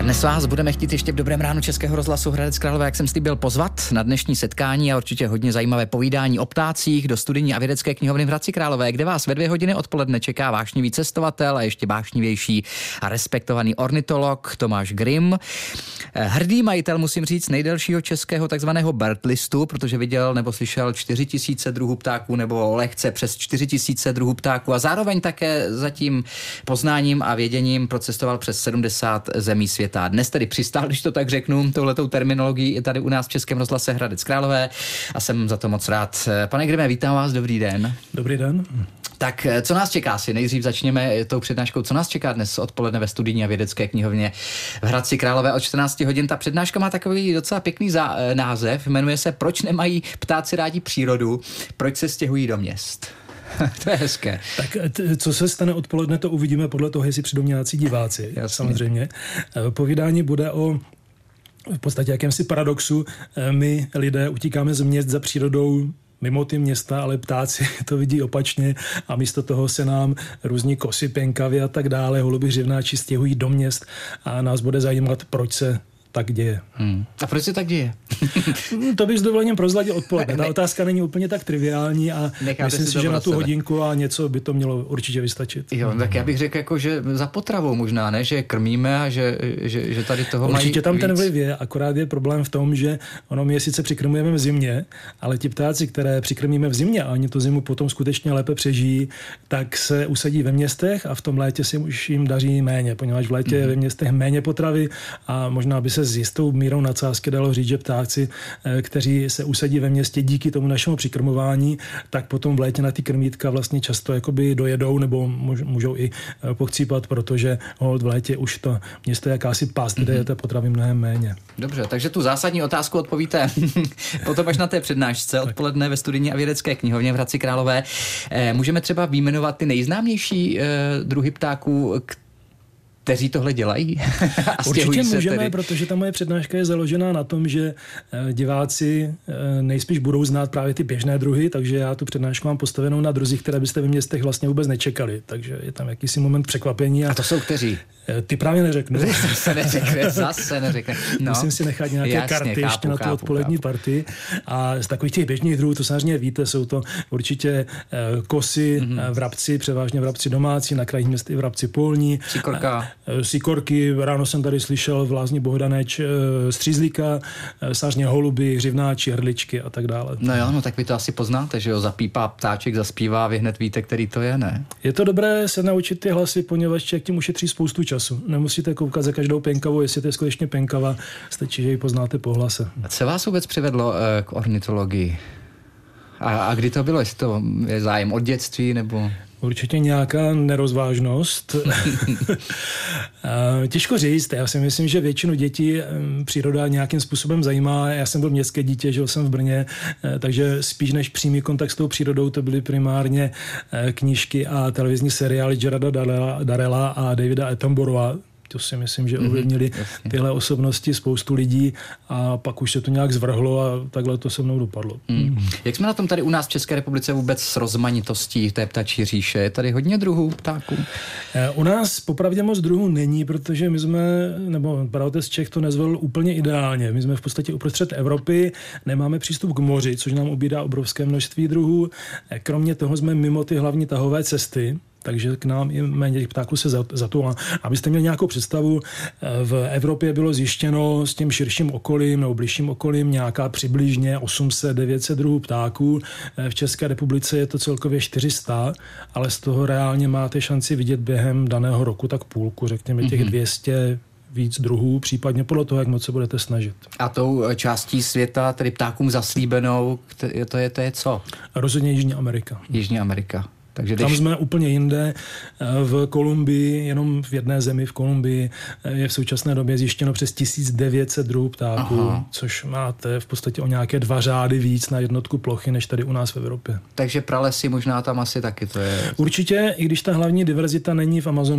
Dnes vás budeme chtít ještě v Dobrém ránu Českého rozhlasu Hradec Králové, jak jsem slíbil, pozvat na dnešní setkání a určitě hodně zajímavé povídání o ptácích do studijní a vědecké knihovny v Hradci Králové, kde vás ve 2 hodiny odpoledne čeká vášnivý cestovatel a ještě vášnivější a respektovaný ornitolog Tomáš Grimm. Hrdý majitel, musím říct, nejdelšího českého takzvaného birdlistu, protože viděl nebo slyšel 4000 druhů ptáků nebo lehce přes 4000 druhů ptáků a zároveň také za tím poznáním a věděním procestoval přes 70 zemí světa. Dnes tedy přistál, když to tak řeknu, touhletou terminologií i tady u nás v Českém rozhlase Hradec Králové a jsem za to moc rád. Pane Grimme, vítám vás, dobrý den. Dobrý den. Tak co nás čeká si? Nejdřív začněme tou přednáškou. Co nás čeká dnes odpoledne ve studijní a vědecké knihovně v Hradci Králové od 14 hodin? Ta přednáška má takový docela pěkný název, jmenuje se Proč nemají ptáci rádi přírodu, proč se stěhují do měst. To je hezké. Tak co se stane odpoledne, to uvidíme podle toho, jestli přijdou nějací diváci. Jasně. Samozřejmě. Povídání bude o v podstatě jakémsi paradoxu. My lidé utíkáme z měst za přírodou mimo ty města, ale ptáci to vidí opačně a místo toho se nám různí kosy, pěnkavy a tak dále, holuby, hřivnáči stěhují do měst a nás bude zajímat, proč se tak děje. A proč se tak děje? To bych s dovolením prozradil odpoledne. Ta otázka není úplně tak triviální a myslím si, že na tu hodinku a něco by to mělo určitě vystačit. Jo, tak já bych řekl, jako, že za potravou možná, ne? Že krmíme a že tady toho mají určitě tam víc. Ten vliv je, akorát je problém v tom, že ono my je sice přikrmujeme v zimě, ale ti ptáci, které přikrmíme v zimě a oni tu zimu potom skutečně lépe přežijí, tak se usadí ve městech a v tom létě si už jim daří méně, poněvadž v létě je ve městech méně potravy a možná by se s jistou mírou nadsázky dalo říct, že ptáci, kteří se usadí ve městě díky tomu našemu přikrmování, tak potom v létě na ty krmítka vlastně často jakoby dojedou nebo můžou i pochcípat, protože v létě už to město je jakási past, kde je té potravy mnohem méně. Dobře, takže tu zásadní otázku odpovíte potom až na té přednášce odpoledne ve studijní a vědecké knihovně v Hradci Králové. Můžeme třeba vyjmenovat ty nejznámější druhy ptáků, kteří tohle dělají? Určitě můžeme, tedy. Protože ta moje přednáška je založená na tom, že diváci nejspíš budou znát právě ty běžné druhy, takže já tu přednášku mám postavenou na druzích, které byste ve městech vlastně vůbec nečekali. Takže je tam jakýsi moment překvapení. A to jsou kteří? Ty právě neřeknu. Zase neřekne. No. Musím si nechat nějaké karty ještě na tu odpolední partii. A z takových těch běžných druhů, to samozřejmě víte, jsou to určitě kosy, vrabci, převážně vrabci domácí, na krajích měst i vrabci polní. Sikorky, ráno jsem tady slyšel v Lázni Bohdaneč střízlíka, sářně holuby, hřivnáči, hrdličky a tak dále. No jo, no tak vy to asi poznáte, že jo, zapípá ptáček, zaspívá, vy hned víte, který to je, ne? Je to dobré se naučit ty hlasy, poněvadž člověk tím ušetří spoustu času. Nemusíte koukat za každou pěnkavou, jestli to je skutečně pěnkava, stačí, že ji poznáte po hlase. A co vás vůbec přivedlo k ornitologii? A kdy to bylo? Jestli to je zájem od dětství nebo... Určitě nějaká nerozvážnost. Těžko říct. Já si myslím, že většinu dětí příroda nějakým způsobem zajímá. Já jsem byl městské dítě, žil jsem v Brně, takže spíš než přímý kontakt s tou přírodou, to byly primárně knížky a televizní seriály Gerarda Darrella a Davida Attenborougha. To si myslím, že ovlivnili tyhle osobnosti spoustu lidí a pak už se to nějak zvrhlo a takhle to se mnou dopadlo. Jak jsme na tom tady u nás v České republice vůbec s rozmanitostí té ptačí říše? Je tady hodně druhů ptáků? U nás popravdě moc druhů není, protože my jsme, nebo Pravotec Čech to nezvolil úplně ideálně. My jsme v podstatě uprostřed Evropy, nemáme přístup k moři, což nám ubírá obrovské množství druhů. Kromě toho jsme mimo ty hlavní tahové cesty, takže k nám i méně těch ptáků se zatoulá. Abyste měli nějakou představu, v Evropě bylo zjištěno s tím širším okolím nebo bližším okolím nějaká přibližně 800-900 druhů ptáků. V České republice je to celkově 400, ale z toho reálně máte šanci vidět během daného roku tak půlku, řekněme těch 200 víc druhů, případně podle toho, jak moc se budete snažit. A tou částí světa, tedy ptákům zaslíbenou, to je co? Rozhodně Jižní Amerika. Jižní Amerika. Takže tam jsme úplně jinde. V Kolumbii, jenom v jedné zemi v Kolumbii, je v současné době zjištěno přes 1900 druhů ptáků, což máte v podstatě o nějaké 2 řády víc na jednotku plochy, než tady u nás v Evropě. Takže pralesy možná tam asi taky to je... Určitě, i když ta hlavní diverzita není v Amazonii,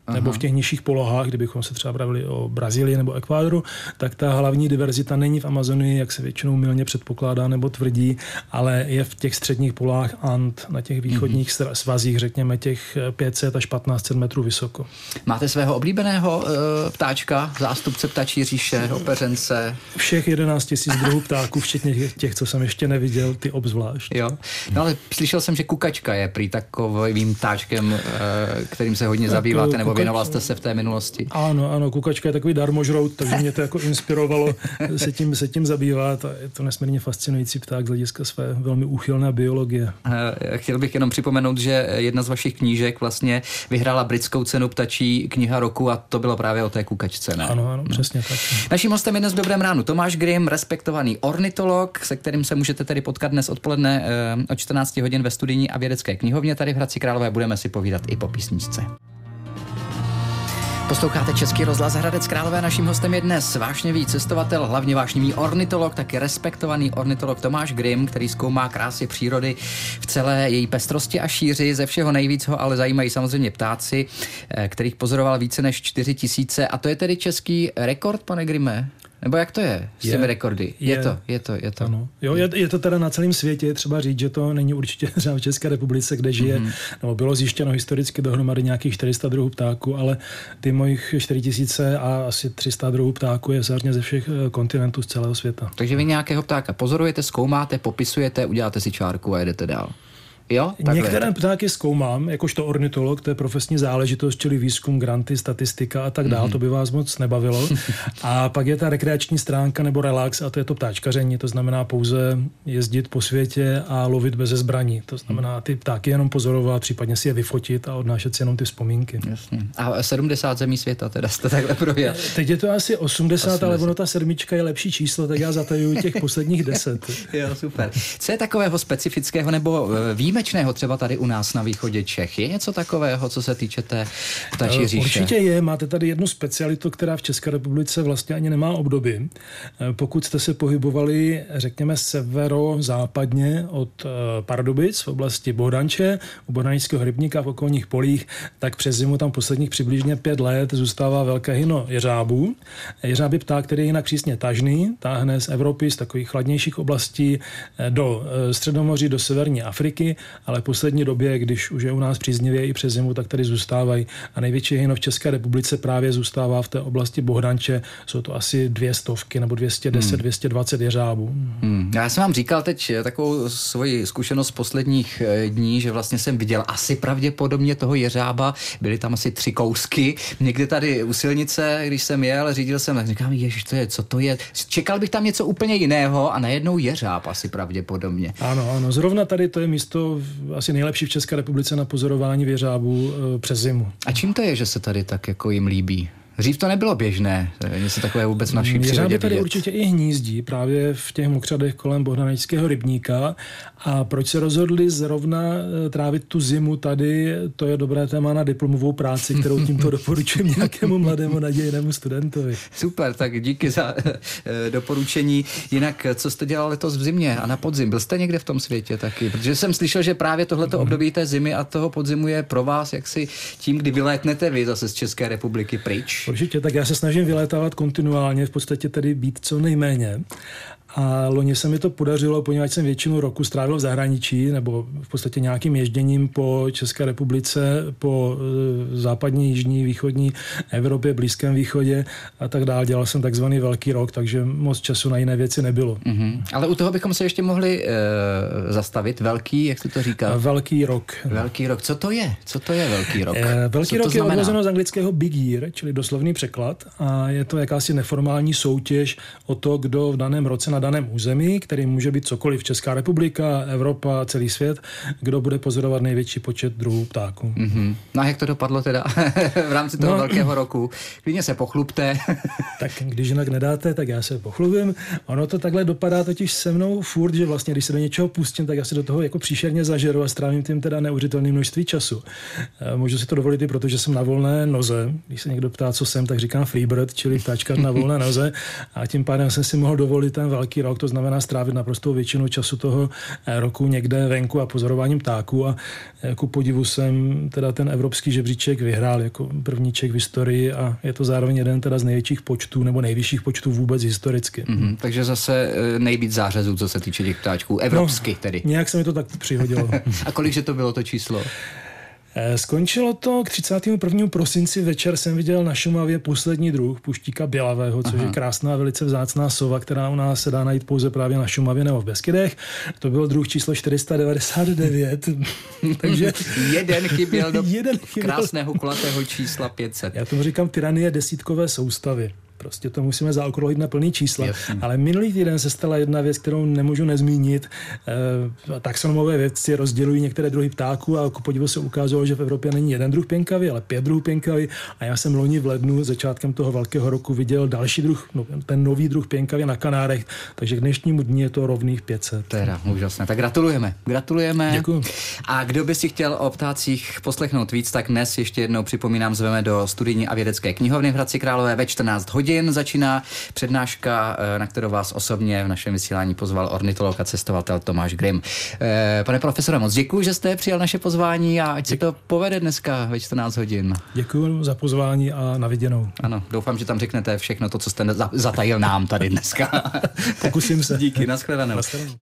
nebo v těch nižších polohách, kdybychom se třeba bavili o Brazílii nebo Ekvádoru, tak ta hlavní diverzita není v Amazonii, jak se většinou mylně předpokládá nebo tvrdí, ale je v těch středních polohách And, na těch východních svazích, řekněme těch 500 až 1500 metrů vysoko. Máte svého oblíbeného ptáčka, zástupce ptačí říše, opeřence? Všech 11 000 druhů ptáků, včetně těch, co jsem ještě neviděl, ty obzvlášť. Jo. No ale slyšel jsem, že kukačka je prý takovým ptáčkem, kterým se hodně zabýváte, nebo věnoval jste se v té minulosti. Ano, kukačka je takový darmožrout, takže mě to jako inspirovalo se tím zabývat a je to nesmírně fascinující pták z hlediska své velmi úchylné biologie. Chtěl bych jenom připomenout, že jedna z vašich knížek vlastně vyhrála britskou cenu ptačí kniha roku a to bylo právě o té kukačce, ne? Ano, přesně tak. Naším hostem je dnes v Dobrém ránu Tomáš Grimm, respektovaný ornitolog, se kterým se můžete tedy potkat dnes odpoledne od 14 hodin ve studijní a vědecké knihovně tady v Hradci Králové. Budeme si povídat i po písničce. Posloucháte Český rozhlas Hradec Králové. Naším hostem je dnes vášnivý cestovatel, hlavně vášnivý ornitolog, taky respektovaný ornitolog Tomáš Grimm, který zkoumá krásy přírody v celé její pestrosti a šíři. Ze všeho nejvíc ho ale zajímají samozřejmě ptáci, kterých pozoroval více než 4 000. A to je tedy český rekord, pane Grimme? Nebo jak to je s těmi rekordy? Je to. Ano. Jo, je to teda na celém světě. Je třeba říct, že to není určitě třeba v České republice, kde žije, nebo bylo zjištěno historicky dohromady nějakých 400 druhů ptáků, ale ty mojich 4 000 a asi 300 druhů ptáků je samozřejmě ze všech kontinentů z celého světa. Takže vy nějakého ptáka pozorujete, zkoumáte, popisujete, uděláte si čárku a jedete dál. Jo, některé ptáky zkoumám, jakožto ornitolog, to je profesní záležitost, čili výzkum, granty, statistika a tak dál, to by vás moc nebavilo. A pak je ta rekreační stránka nebo relax a to je to ptáčkaření, to znamená pouze jezdit po světě a lovit beze zbraní. To znamená ty ptáky jenom pozorovat, případně si je vyfotit a odnášet si jenom ty vzpomínky. Jasně. A 70 zemí světa teda jste takhle projel. Teď je to asi 80, ale ono ta 7 je lepší číslo, tak já zatajuju těch posledních 10. Jo, super. Co je takového specifického nebo výjimečného třeba tady u nás na východě Čech? Je něco takového, co se týče té ptačí říše? Určitě je. Máte tady jednu specialitu, která v České republice vlastně ani nemá obdoby. Pokud jste se pohybovali, řekněme, severozápadně od Pardubic v oblasti Bohdanče, u Bohdanického rybníka v okolních polích, tak přes zimu tam posledních přibližně 5 let zůstává velké hyno jeřábů. Jeřáb je pták, který je jinak přísně tažný, táhne z Evropy, z takových chladnějších oblastí do Středomoří, do severní Afriky, ale v poslední době, když už je u nás příznivě i přes zimu, tak tady zůstávají. A největší hyno v České republice právě zůstává v té oblasti Bohdanče. Jsou to asi 200 nebo 210, 220 jeřábů. Já jsem vám říkal teď takovou svoji zkušenost z posledních dní, že vlastně jsem viděl asi pravděpodobně toho jeřába. Byly tam asi 3 kousky. Někde tady u silnice, když jsem jel, řídil jsem, tak říkám, ježiš, co to je? Čekal bych tam něco úplně jiného a najednou jeřáb asi pravděpodobně. Ano, zrovna tady to je místo asi nejlepší v České republice na pozorování jeřábů přes zimu. A čím to je, že se tady tak jako jim líbí? Dřív to nebylo běžné, něco takové vůbec v naší přírodě jeřáby tady vidět. určitě i hnízdí právě v těch mokřadech kolem Bohdanického rybníka. A proč se rozhodli zrovna trávit tu zimu tady, to je dobré téma na diplomovou práci, kterou tímto doporučuji nějakému mladému nadějnému studentovi. Super, tak díky za doporučení. Jinak, co jste dělal letos v zimě a na podzim? Byl jste někde v tom světě taky? Protože jsem slyšel, že právě tohleto období té zimy a toho podzimu je pro vás jaksi tím, kdy vylétnete vy zase z České republiky pryč. Určitě, tak já se snažím vylétávat kontinuálně, v podstatě tedy být co nejméně. A loni se mi to podařilo, poněvadž jsem většinu roku strávil v zahraničí, nebo v podstatě nějakým ježděním po České republice, po západní, jižní, východní Evropě, Blízkém východě a tak dále. Dělal jsem takzvaný velký rok, takže moc času na jiné věci nebylo. Ale u toho bychom se ještě mohli zastavit. Velký, jak jsi to říkal? Velký rok. Velký rok. Co to je? Co to je velký rok? Velký rok je odvozeno z anglického big year, čili doslovný překlad. A je to jakási neformální soutěž o to, kdo v daném roce na daném území, který může být cokoliv, Česká republika, Evropa, celý svět, kdo bude pozorovat největší počet druhů ptáků. No a jak to dopadlo teda v rámci toho velkého roku? Klidně se pochlubte. Tak když jinak nedáte, tak já se pochlubím. Ono to takhle dopadá totiž se mnou furt, že vlastně, když se do něčeho pustím, tak já si do toho jako příšerně zažeru a strávím tím teda neuvěřitelné množství času. Můžu si to dovolit i protože jsem na volné noze. Když se někdo ptá, co jsem, tak říkám freebird, čili ptáčka na volné noze, a tím pádem jsem si mohl dovolit ten velký velký rok, to znamená strávit naprostou většinu času toho roku někde venku a pozorováním ptáků a ku podivu jsem teda ten evropský žebříček vyhrál jako první Čech v historii a je to zároveň jeden teda z největších počtů nebo nejvyšších počtů vůbec historicky. Takže zase nejvíc zářezů, co se týče těch ptáčků, evropsky tedy. Nějak se mi to tak přihodilo. A kolikže to bylo to číslo? Skončilo to k 31. prosinci večer jsem viděl na Šumavě poslední druh puštíka bělavého, což je krásná, velice vzácná sova, která u nás se dá najít pouze právě na Šumavě nebo v Beskydech. To byl druh číslo 499. Takže jeden chyběl do krásného kulatého čísla 500. Já tomu říkám tyranie desítkové soustavy. Prostě to musíme zaokrouhlit na plný čísla. Jasně. Ale minulý týden se stala jedna věc, kterou nemůžu nezmínit. Taxonomové vědci rozdělují některé druhy ptáků a ku podivu se ukázalo, že v Evropě není jeden druh pěnkavy, ale 5 druhů pěnkavy. A já jsem loni v lednu, začátkem toho velkého roku, viděl další druh, ten nový druh pěnkavy na Kanárech. Takže k dnešnímu dni je to rovných 500. Teda, úžasné. Tak gratulujeme. Děkuji. A kdo by si chtěl o ptácích poslechnout víc, tak dnes ještě jednou připomínám, zveme do studijní a vědecké knihovny v Hradci Králové ve 14 hodin. Začíná přednáška, na kterou vás osobně v našem vysílání pozval ornitolog a cestovatel Tomáš Grimm. Pane profesore, moc děkuji, že jste přijal naše pozvání a ať se to povede dneska ve 14 hodin. Děkuji za pozvání a na viděnou. Ano, doufám, že tam řeknete všechno to, co jste zatajil nám tady dneska. Pokusím se. Díky, nashledanou.